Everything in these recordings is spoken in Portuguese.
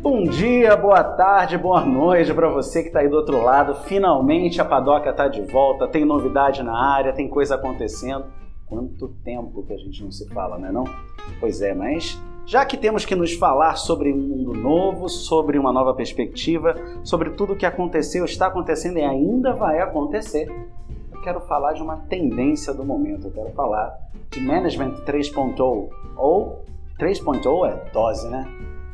Bom dia, boa tarde, boa noite para você que está aí do outro lado. Finalmente a Padoca está de volta, tem novidade na área, tem coisa acontecendo. Quanto tempo que a gente não se fala, não é não? Pois é, mas já que temos que nos falar sobre um mundo novo, sobre uma nova perspectiva, sobre tudo o que aconteceu, está acontecendo e ainda vai acontecer, eu quero falar de uma tendência do momento. Eu quero falar de Management 3.0, ou 3.0 é dose, né?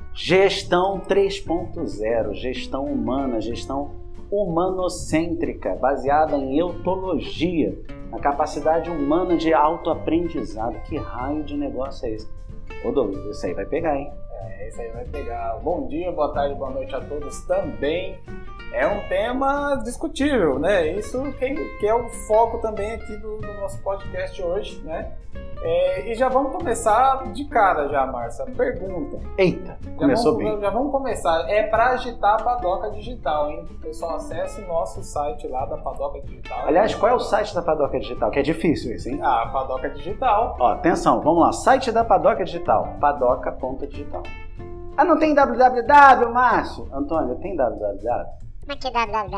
Gestão 3.0, gestão humana, gestão humanocêntrica, baseada em eutologia, na capacidade humana de autoaprendizado. Que raio de negócio é esse? Ô Douglas, isso aí vai pegar, hein? Isso aí vai pegar. Bom dia, boa tarde, boa noite a todos também. É um tema discutível, né? Isso que é o foco também aqui do nosso podcast hoje, né? E já vamos começar de cara já, Márcia. Pergunta. Eita, começou bem. Já vamos começar. É para agitar a Padoca Digital, hein? Pessoal, acesse o nosso site lá da Padoca Digital. Aliás, qual é o site da Padoca Digital? Que é difícil isso, hein? Ah, Padoca Digital. Ó, atenção, vamos lá. Site da Padoca Digital, padoca.digital. Ah, não tem www, Márcio? Antônio, tem www? Mas que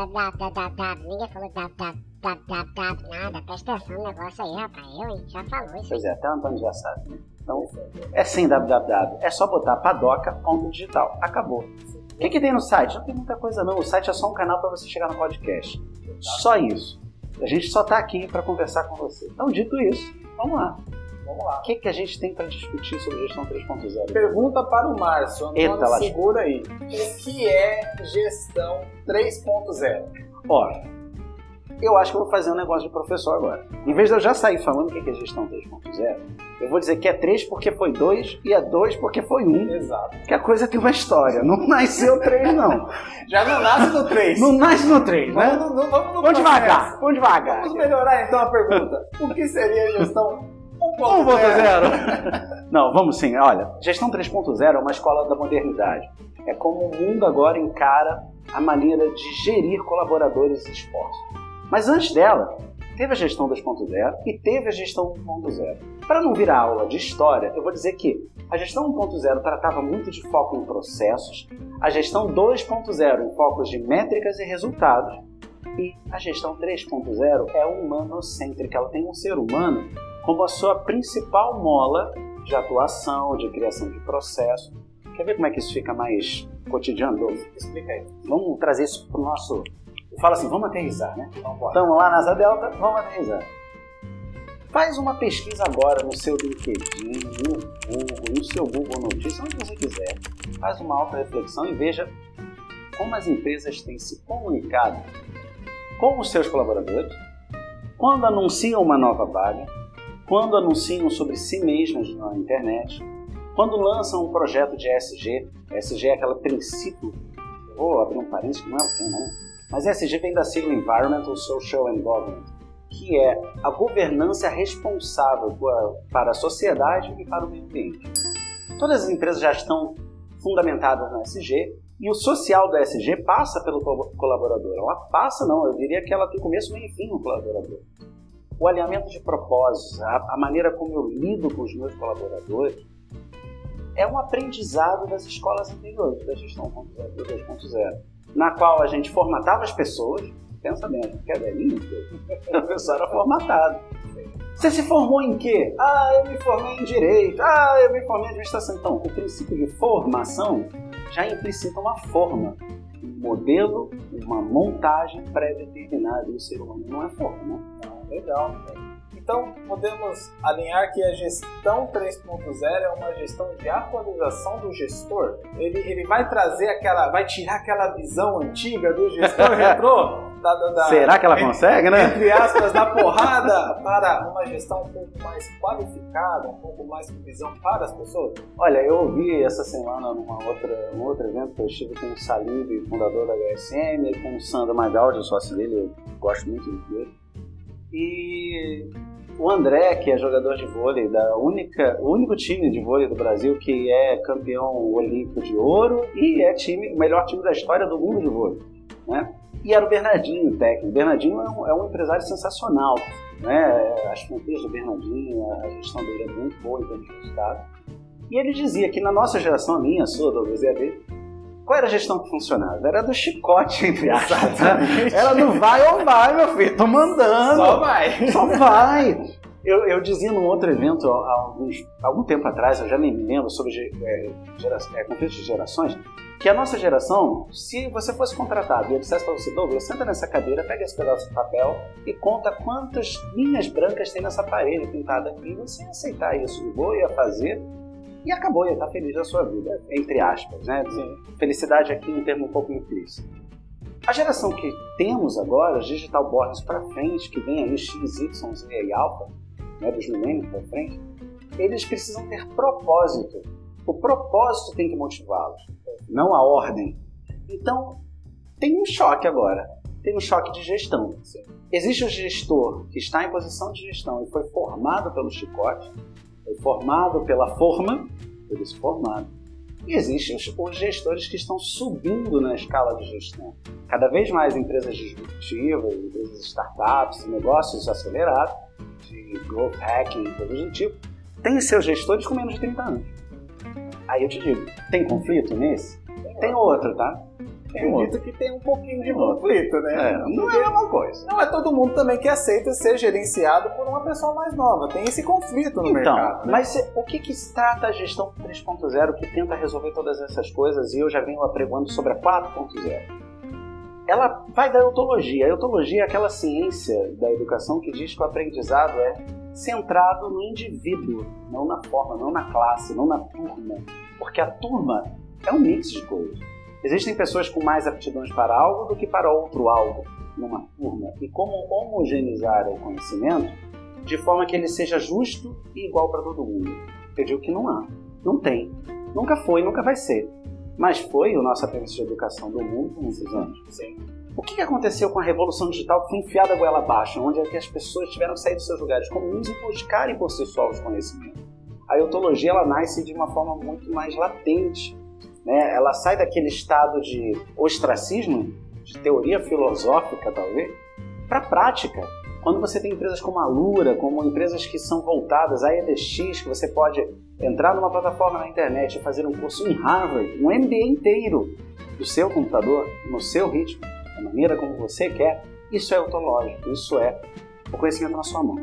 www? Ninguém falou www, nada. Presta atenção no negócio aí, rapaz. Eu já falou isso. Pois é, até o Antônio já sabe, né? Então, é sem www. É só botar padoca.digital. Acabou. O que tem no site? Não tem muita coisa não. O site é só um canal para você chegar no podcast. Só isso. A gente só está aqui para conversar com você. Então, dito isso, vamos lá. O que a gente tem para discutir sobre gestão 3.0? Pergunta para o Márcio. Antônio, segura aí. O que é gestão 3.0? Olha, eu acho que eu vou fazer um negócio de professor agora. Em vez de eu já sair falando o que é gestão 3.0, eu vou dizer que é 3 porque foi 2 e é 2 porque foi 1. Exato. Que a coisa tem uma história. Não nasceu 3, não. Já não nasce no 3. Não nasce no 3, né? Vamos devagar. Vamos melhorar então a pergunta. O que seria gestão 1.0? Não, vamos sim. Olha, gestão 3.0 é uma escola da modernidade. É como o mundo agora encara a maneira de gerir colaboradores e esforços. Mas antes dela, teve a gestão 2.0 e teve a gestão 1.0. Para não virar aula de história, eu vou dizer que a gestão 1.0 tratava muito de foco em processos, a gestão 2.0 em focos de métricas e resultados, e a gestão 3.0 é humanocêntrica. Ela tem um ser humano como a sua principal mola de atuação, de criação de processo. Quer ver como é que isso fica mais cotidiano, Douglas? Explica aí. Vamos trazer isso para o nosso... Fala assim, vamos aterrissar, né? Vamos Estamos lá na Asa Delta, vamos aterrissar. Faz uma pesquisa agora no seu LinkedIn, no Google, no seu Google Notícias, onde você quiser. Faz uma auto-reflexão e veja como as empresas têm se comunicado com os seus colaboradores quando anunciam uma nova vaga, quando anunciam sobre si mesmas na internet, quando lançam um projeto de ESG. ESG é aquele princípio, vou abrir um parênteses que não é o tema, né? Mas ESG vem da sigla Environmental, Social and Governance, que é a governança responsável para a sociedade e para o meio ambiente. Todas as empresas já estão fundamentadas no ESG e o social do ESG passa pelo colaborador. Ela passa, não, eu diria que ela tem começo, meio e fim no colaborador. O alinhamento de propósitos, a maneira como eu lido com os meus colaboradores, é um aprendizado das escolas anteriores, da gestão 1.0 e 2.0, na qual a gente formatava as pessoas. Pensa bem, que é velhinho, a pessoa era formatada. Você se formou em quê? Ah, eu me formei em Direito. Ah, eu me formei em Administração. Então, o princípio de formação já implicita uma forma, um modelo, uma montagem pré-determinada do ser humano. Não é forma, né? Legal. Então, podemos alinhar que a gestão 3.0 é uma gestão de atualização do gestor? Ele vai trazer vai tirar aquela visão antiga do gestor retrô? Será que ela consegue, né? Entre aspas, da porrada para uma gestão um pouco mais qualificada, um pouco mais com visão para as pessoas? Olha, eu ouvi essa semana num outro evento que eu estive com o Salib, fundador da HSM, e com o Sandro Magaldi, sócio dele, eu gosto muito dele. E o André, que é jogador de vôlei, o único time de vôlei do Brasil que é campeão olímpico de ouro e é o melhor time da história do mundo de vôlei, né? E era o Bernardinho, o técnico. O Bernardinho é um empresário sensacional, né? As fronteiras do Bernardinho, a gestão dele é muito boa em termos de resultado. E ele dizia que na nossa geração, a minha, a sua, Douglas e a dele, Qual era a gestão que funcionava? Era do chicote, entre aspas. Era do vai ou vai, meu filho. Tô mandando. Só vai. Só vai. Eu dizia num outro evento, algum tempo atrás, eu já nem me lembro, sobre conflitos de gerações, que a nossa geração, se você fosse contratado e eu dissesse para você, Douglas, senta nessa cadeira, pega esse pedaço de papel e conta quantas linhas brancas tem nessa parede pintada aqui, você ia aceitar isso, eu ia fazer e acabou, ia estar feliz da sua vida, entre aspas, né? Sim. Felicidade aqui é um termo um pouco implícito. A geração que temos agora, os digital borns para frente, que vem aí X, Y, Z e Alpha, né, dos milênios para frente, eles precisam ter propósito. O propósito tem que motivá-los, não a ordem. Então, tem um choque agora. Tem um choque de gestão. Existe o gestor que está em posição de gestão e foi formado pelo chicote, foi formado pela forma, por isso formado. E existem os gestores que estão subindo na escala de gestão. Cada vez mais empresas disruptivas, empresas startups, negócios acelerados, de growth hacking, coisas do tipo, têm seus gestores com menos de 30 anos. Aí eu te digo, tem conflito nesse? Tem outro, tá? Eu acredito que tem um pouquinho de conflito, né? Não é a mesma coisa. Não é todo mundo também que aceita ser gerenciado por uma pessoa mais nova. Tem esse conflito no mercado. Né? Mas o que se trata a gestão 3.0 que tenta resolver todas essas coisas e eu já venho apregoando sobre a 4.0? Ela vai da eutologia. A eutologia é aquela ciência da educação que diz que o aprendizado é centrado no indivíduo, não na forma, não na classe, não na turma. Porque a turma é um mix de coisas. Existem pessoas com mais aptidões para algo do que para outro algo numa turma. E como homogeneizar o conhecimento de forma que ele seja justo e igual para todo mundo? Eu digo que não há. Não tem. Nunca foi, nunca vai ser. Mas foi o nosso aprendiz de educação do mundo por muitos anos. Sim. O que aconteceu com a revolução digital que foi enfiada a goela abaixo, onde é que as pessoas tiveram que sair dos seus lugares comuns e buscarem por si só os conhecimentos? A eutologia ela nasce de uma forma muito mais latente. Né? Ela sai daquele estado de ostracismo, de teoria filosófica talvez, para a prática. Quando você tem empresas como a Lura, como empresas que são voltadas à EDX, que você pode entrar numa plataforma na internet e fazer um curso em Harvard, um MBA inteiro do seu computador, no seu ritmo, da maneira como você quer, isso é ontológico, isso é o conhecimento na sua mão.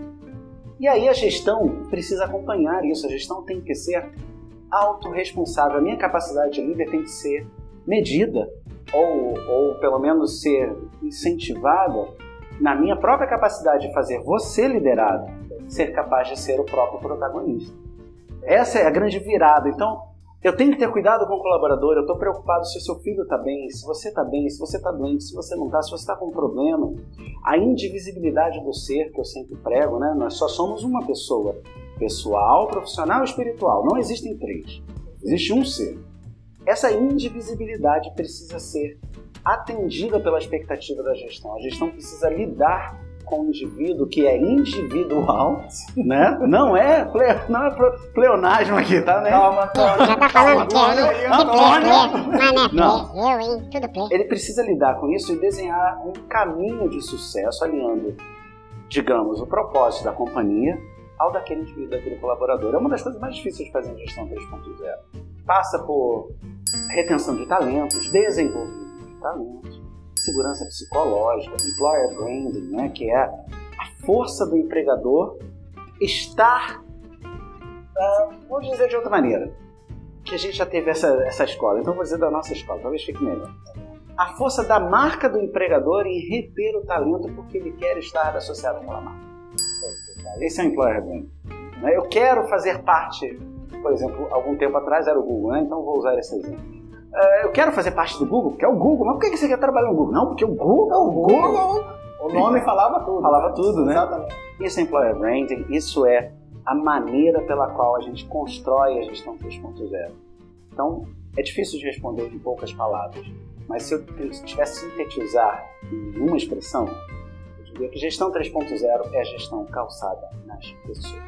E aí a gestão precisa acompanhar isso, a gestão tem que ser autorresponsável, a minha capacidade de líder tem que ser medida, ou pelo menos ser incentivada na minha própria capacidade de fazer você liderado, ser capaz de ser o próprio protagonista. Essa é a grande virada. Então, eu tenho que ter cuidado com o colaborador, eu estou preocupado se o seu filho está bem, se você está bem, se você está doente, se você não está, se você está com um problema. A indivisibilidade do ser, que eu sempre prego, né? Nós só somos uma pessoa, pessoal, profissional e espiritual. Não existem três, existe um ser. Essa indivisibilidade precisa ser atendida pela expectativa da gestão. A gestão precisa lidar com o indivíduo que é individual, né? Não é pleonasmo aqui, tá? Né? Calma, Antônio. Já tá falando que Antônio. Mas hein? Tudo bem. Ele precisa lidar com isso e desenhar um caminho de sucesso, alinhando, digamos, o propósito da companhia ao daquele indivíduo, daquele colaborador. É uma das coisas mais difíceis de fazer em gestão 3.0. Passa por retenção de talentos, desenvolvimento de talentos, segurança psicológica, employer branding, né, que é a força do empregador estar, vou dizer de outra maneira, que a gente já teve essa escola, então vou dizer da nossa escola, talvez fique melhor. A força da marca do empregador em reter o talento porque ele quer estar associado àquela marca. Esse é o employer branding. Eu quero fazer parte, por exemplo, algum tempo atrás era o Google, né? Então vou usar esse exemplo. Eu quero fazer parte do Google, porque é o Google. Mas por que você quer trabalhar no Google? Não, porque o Google é o Google. O nome falava tudo. Falava tudo, né? Exatamente. Isso é employer branding, isso é a maneira pela qual a gente constrói a gestão 3.0. Então, é difícil de responder em poucas palavras. Mas se eu tivesse que sintetizar em uma expressão, eu diria que gestão 3.0 é a gestão calçada nas pessoas.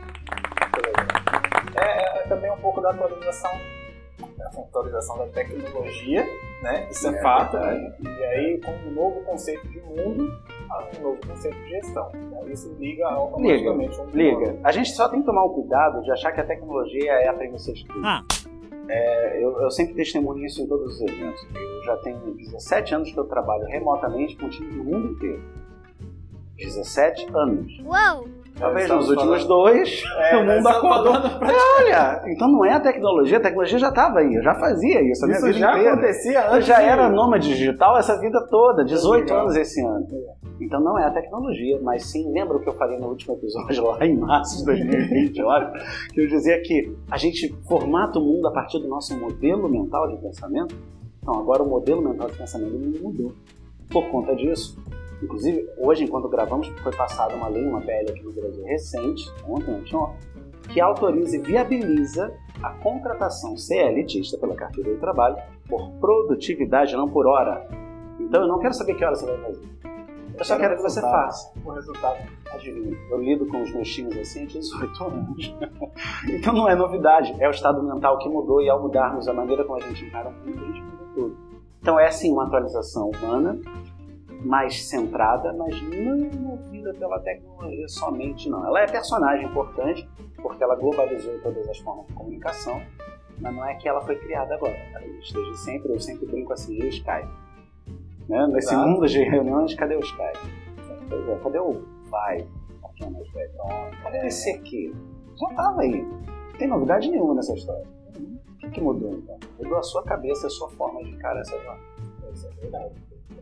É também um pouco da atualização da tecnologia, né? Isso é fato, né? E aí com um novo conceito de mundo a um novo conceito de gestão, né? Isso liga automaticamente liga. A gente só tem que tomar o cuidado de achar que a tecnologia é a premissa de tudo. Eu sempre testemunho isso em todos os eventos. Eu já tenho 17 anos que eu trabalho remotamente com time do mundo inteiro. 17 anos. Uou! Talvez nos últimos 2, o mundo acordou. Olha, então não é a tecnologia já estava aí, eu já fazia isso a minha vida já inteira. Acontecia antes. Eu já era nômade digital essa vida toda, 18 anos esse ano. Então não é a tecnologia, mas sim, lembra o que eu falei no último episódio lá em março de 2020, eu acho, que eu dizia que a gente formata o mundo a partir do nosso modelo mental de pensamento. Então agora o modelo mental de pensamento do mundo mudou. Por conta disso, inclusive hoje, enquanto gravamos, foi passada uma lei, uma PL aqui no Brasil recente, ontem, que autoriza e viabiliza a contratação CLTista pela carteira de trabalho por produtividade, não por hora. Então eu não quero saber que hora você vai fazer. Eu só quero que você faça. O resultado. Adivinha, eu lido com os meus times assim há 18 anos. Então não é novidade, é o estado mental que mudou, e ao mudarmos a maneira como a gente encara o mundo, a gente muda tudo. Então é sim uma atualização humana, mais centrada, mas não movida pela tecnologia somente, não. Ela é personagem importante, porque ela globalizou todas as formas de comunicação, mas não é que ela foi criada agora. Desde sempre, eu sempre brinco assim, e o Skype. Né? Nesse mundo de reuniões, cadê o Skype? Pois é, cadê o Vibe? Cadê o ICQ? Já estava aí. Não tem novidade nenhuma nessa história. O que mudou então? Mudou a sua cabeça, a sua forma de encarar essa jornada. Isso é verdade.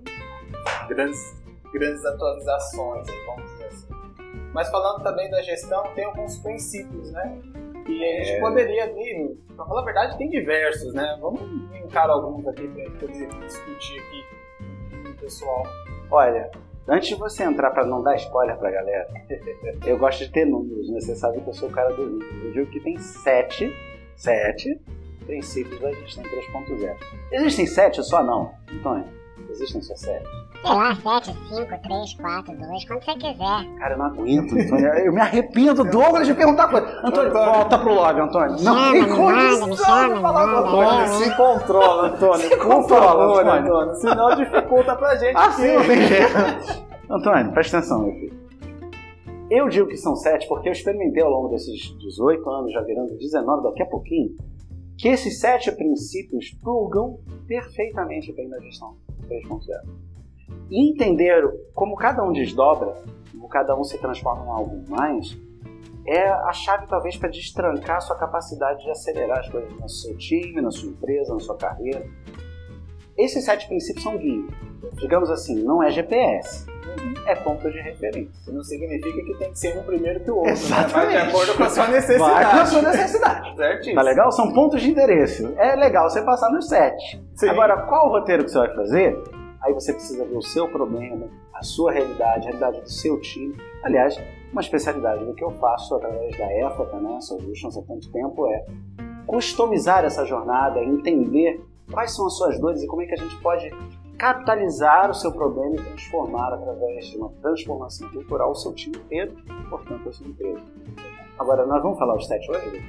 Grandes atualizações, vamos dizer assim. Mas falando também da gestão, tem alguns princípios, né? E a gente poderia vir, pra falar a verdade, tem diversos, né? Vamos encarar alguns aqui pra gente poder discutir aqui com o pessoal. Olha, antes de você entrar, pra não dar spoiler pra galera, eu gosto de ter números, né? Você sabe que eu sou o cara dos números. Eu digo que tem 7 princípios da gestão 3.0. Existem 7 só não? Antônio, existem só 7? Sei lá, 7, 5, 3, 4, 2, quando você quiser. Cara, eu não aguento, Antônio. Eu me arrependo, Douglas, de perguntar coisa. Antônio, volta pro lobby, Antônio. Não tem condição de falar com o Antônio. Se controla, Antônio. Por favor, Antônio. Senão dificulta pra gente. Assim não tem jeito. Antônio, presta atenção, meu filho. Eu digo que são 7 porque eu experimentei ao longo desses 18 anos, já virando 19 daqui a pouquinho, que esses 7 princípios plugam perfeitamente bem na gestão 3.0. E entender como cada um desdobra, como cada um se transforma em algo mais, é a chave talvez para destrancar a sua capacidade de acelerar as coisas no seu time, na sua empresa, na sua carreira. Esses 7 princípios são guia. Digamos assim, não é GPS, é ponto de referência. Não significa que tem que ser um primeiro que o outro. Exatamente. Né? Vai de acordo com a sua necessidade. Vai com a sua necessidade. Certíssimo. Tá legal? São pontos de interesse. É legal você passar nos 7. Sim. Agora, qual o roteiro que você vai fazer? Aí você precisa ver o seu problema, a sua realidade, a realidade do seu time. Aliás, uma especialidade do que eu faço através da EFATA, né, Solutions há tanto tempo, é customizar essa jornada, entender quais são as suas dores e como é que a gente pode capitalizar o seu problema e transformar através de uma transformação cultural o seu time inteiro e, portanto, a sua empresa. Agora, nós vamos falar os 7 hoje?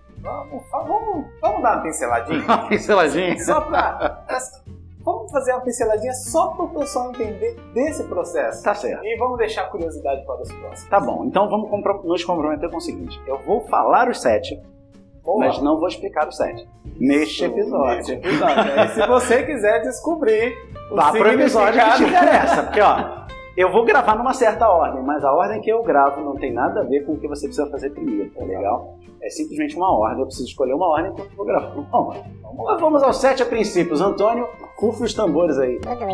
Vamos dar uma pinceladinha? Uma pinceladinha? Só pra... Vamos fazer uma pinceladinha só para o pessoal entender desse processo. Tá certo. E vamos deixar a curiosidade para os próximos. Tá bom, então vamos nos comprometer com o seguinte. Eu vou falar os 7, mas não vou explicar os 7 neste episódio. E se você quiser descobrir o vá pro episódio que te interessa. Porque, ó, eu vou gravar numa certa ordem, mas a ordem que eu gravo não tem nada a ver com o que você precisa fazer primeiro, tá legal? É simplesmente uma ordem, eu preciso escolher uma ordem enquanto eu vou gravar uma ordem. Então vamos aos 7 princípios. Antônio, rufe os tambores aí. Tudo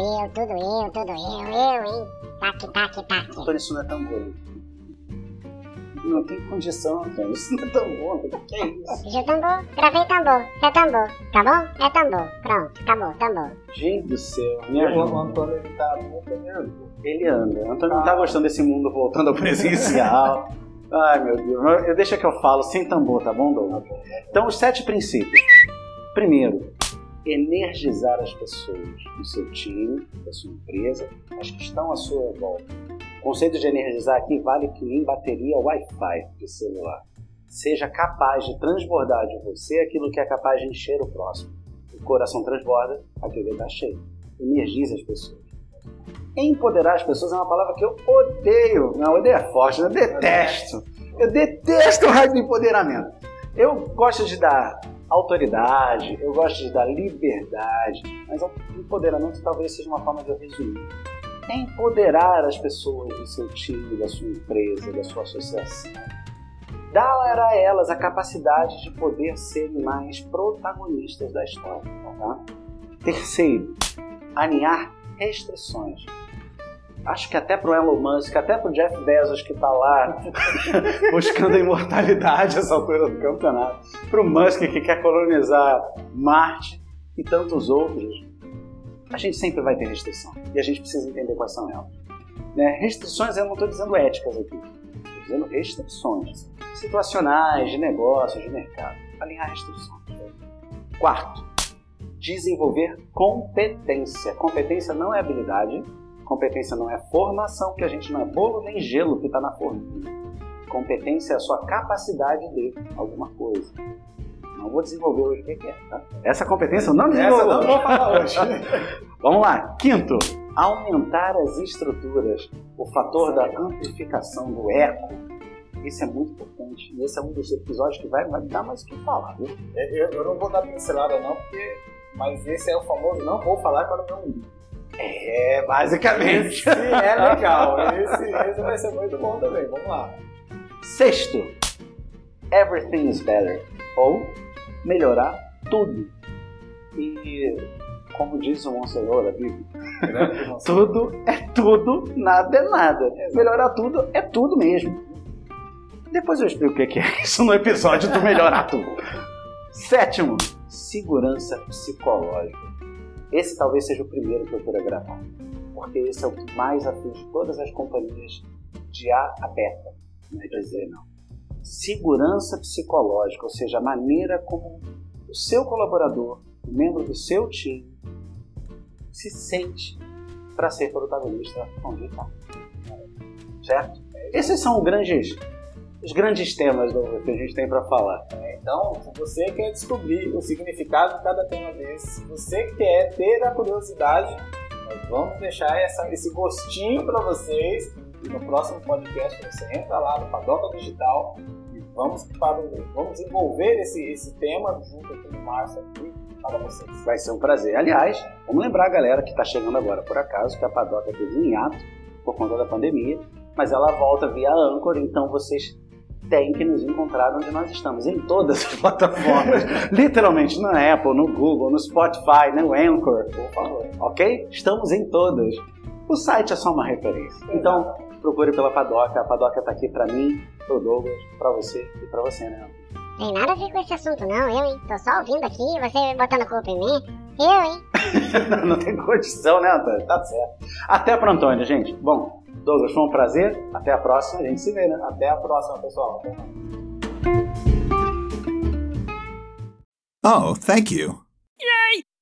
eu, hein? Tac. Antônio, isso não é tambor. Não tem condição, Antônio. Isso não é tambor. O que é isso? Já tambor? Gravei tambor. É tambor. Tá bom? É tambor. Pronto, acabou, tambor. Gente do céu, me O ajuda. Antônio ele tá muito nervoso. Ele anda. O Antônio não tá gostando desse mundo voltando ao presencial. Ai, meu Deus. Deixa que eu falo sem tambor, tá bom, Douglas? Então, os 7 princípios. Primeiro, energizar as pessoas do seu time, da sua empresa, as que estão à sua volta. O conceito de energizar aqui vale que nem bateria Wi-Fi de celular. Seja capaz de transbordar de você aquilo que é capaz de encher o próximo. O coração transborda, aquele está cheio. Energize as pessoas. Empoderar as pessoas é uma palavra que eu odeio. Não, odeio é forte, eu detesto. Eu detesto o raio do empoderamento. Eu gosto de dar autoridade, eu gosto da liberdade, mas o empoderamento talvez seja uma forma de eu resumir. É empoderar as pessoas do seu time, da sua empresa, da sua associação. Dar a elas a capacidade de poder serem mais protagonistas da história. Tá? Terceiro, alinhar restrições. Acho que até para o Elon Musk, até para o Jeff Bezos que está lá buscando a imortalidade essa altura do campeonato, para o Musk que quer colonizar Marte e tantos outros, a gente sempre vai ter restrição e a gente precisa entender quais são elas. Né? Restrições, eu não estou dizendo éticas aqui, estou dizendo restrições situacionais, de negócios, de mercado. Alinhar restrições. Quarto, desenvolver competência. Competência não é habilidade. Competência não é formação, porque a gente não é bolo nem gelo que está na forminha. Competência é a sua capacidade de alguma coisa. Não vou desenvolver hoje o que é, tá? Essa competência eu não desenvolvo. Essa não vou falar hoje. Vamos lá. Quinto, aumentar as estruturas. O fator da amplificação do eco. Isso é muito importante. E esse é um dos episódios que vai dar mais o que falar, viu? Eu não vou dar pincelada não, mas esse é o famoso não vou falar para o meu umbigo. É, basicamente. Esse é legal. Esse vai ser muito bom também. Vamos lá. Sexto, everything is better. Ou melhorar tudo. E, como diz o Monsenhor da Bíblia, tudo é tudo, nada é nada. Melhorar tudo é tudo mesmo. Depois eu explico o que é isso no episódio do melhorar tudo. Sétimo, segurança psicológica. Esse talvez seja o primeiro que eu queira gravar, porque esse é o que mais atinge todas as companhias de A a beta, não é dizer não. Segurança psicológica, ou seja, a maneira como o seu colaborador, o membro do seu time, se sente para ser protagonista onde está. Certo? Esses são os grandes temas que a gente tem para falar. Então, se você quer descobrir o significado de cada tema desse, se você quer ter a curiosidade, nós vamos deixar esse gostinho para vocês. E no próximo podcast você entra lá no Padoca Digital e vamos desenvolver esse tema junto com o Márcio aqui para vocês. Vai ser um prazer. Aliás, vamos lembrar a galera que está chegando agora por acaso que a Padoca teve um hiato por conta da pandemia, mas ela volta via Anchor, então vocês tem que nos encontrar onde nós estamos, em todas as plataformas, literalmente na Apple, no Google, no Spotify, no Anchor, por favor, ok? Estamos em todas. O site é só uma referência. Então, procure pela Padoca. A Padoca está aqui para mim, pro Douglas, para você e para você, né? Tem nada a ver com esse assunto não, eu, hein? Tô só ouvindo aqui, você botando culpa em mim. Eu, hein? Não tem condição, né, Antônio? Tá certo. Até para Antônio, gente. Bom, Douglas, foi um prazer. Até a próxima. A gente se vê, né? Até a próxima, pessoal. Oh, thank you.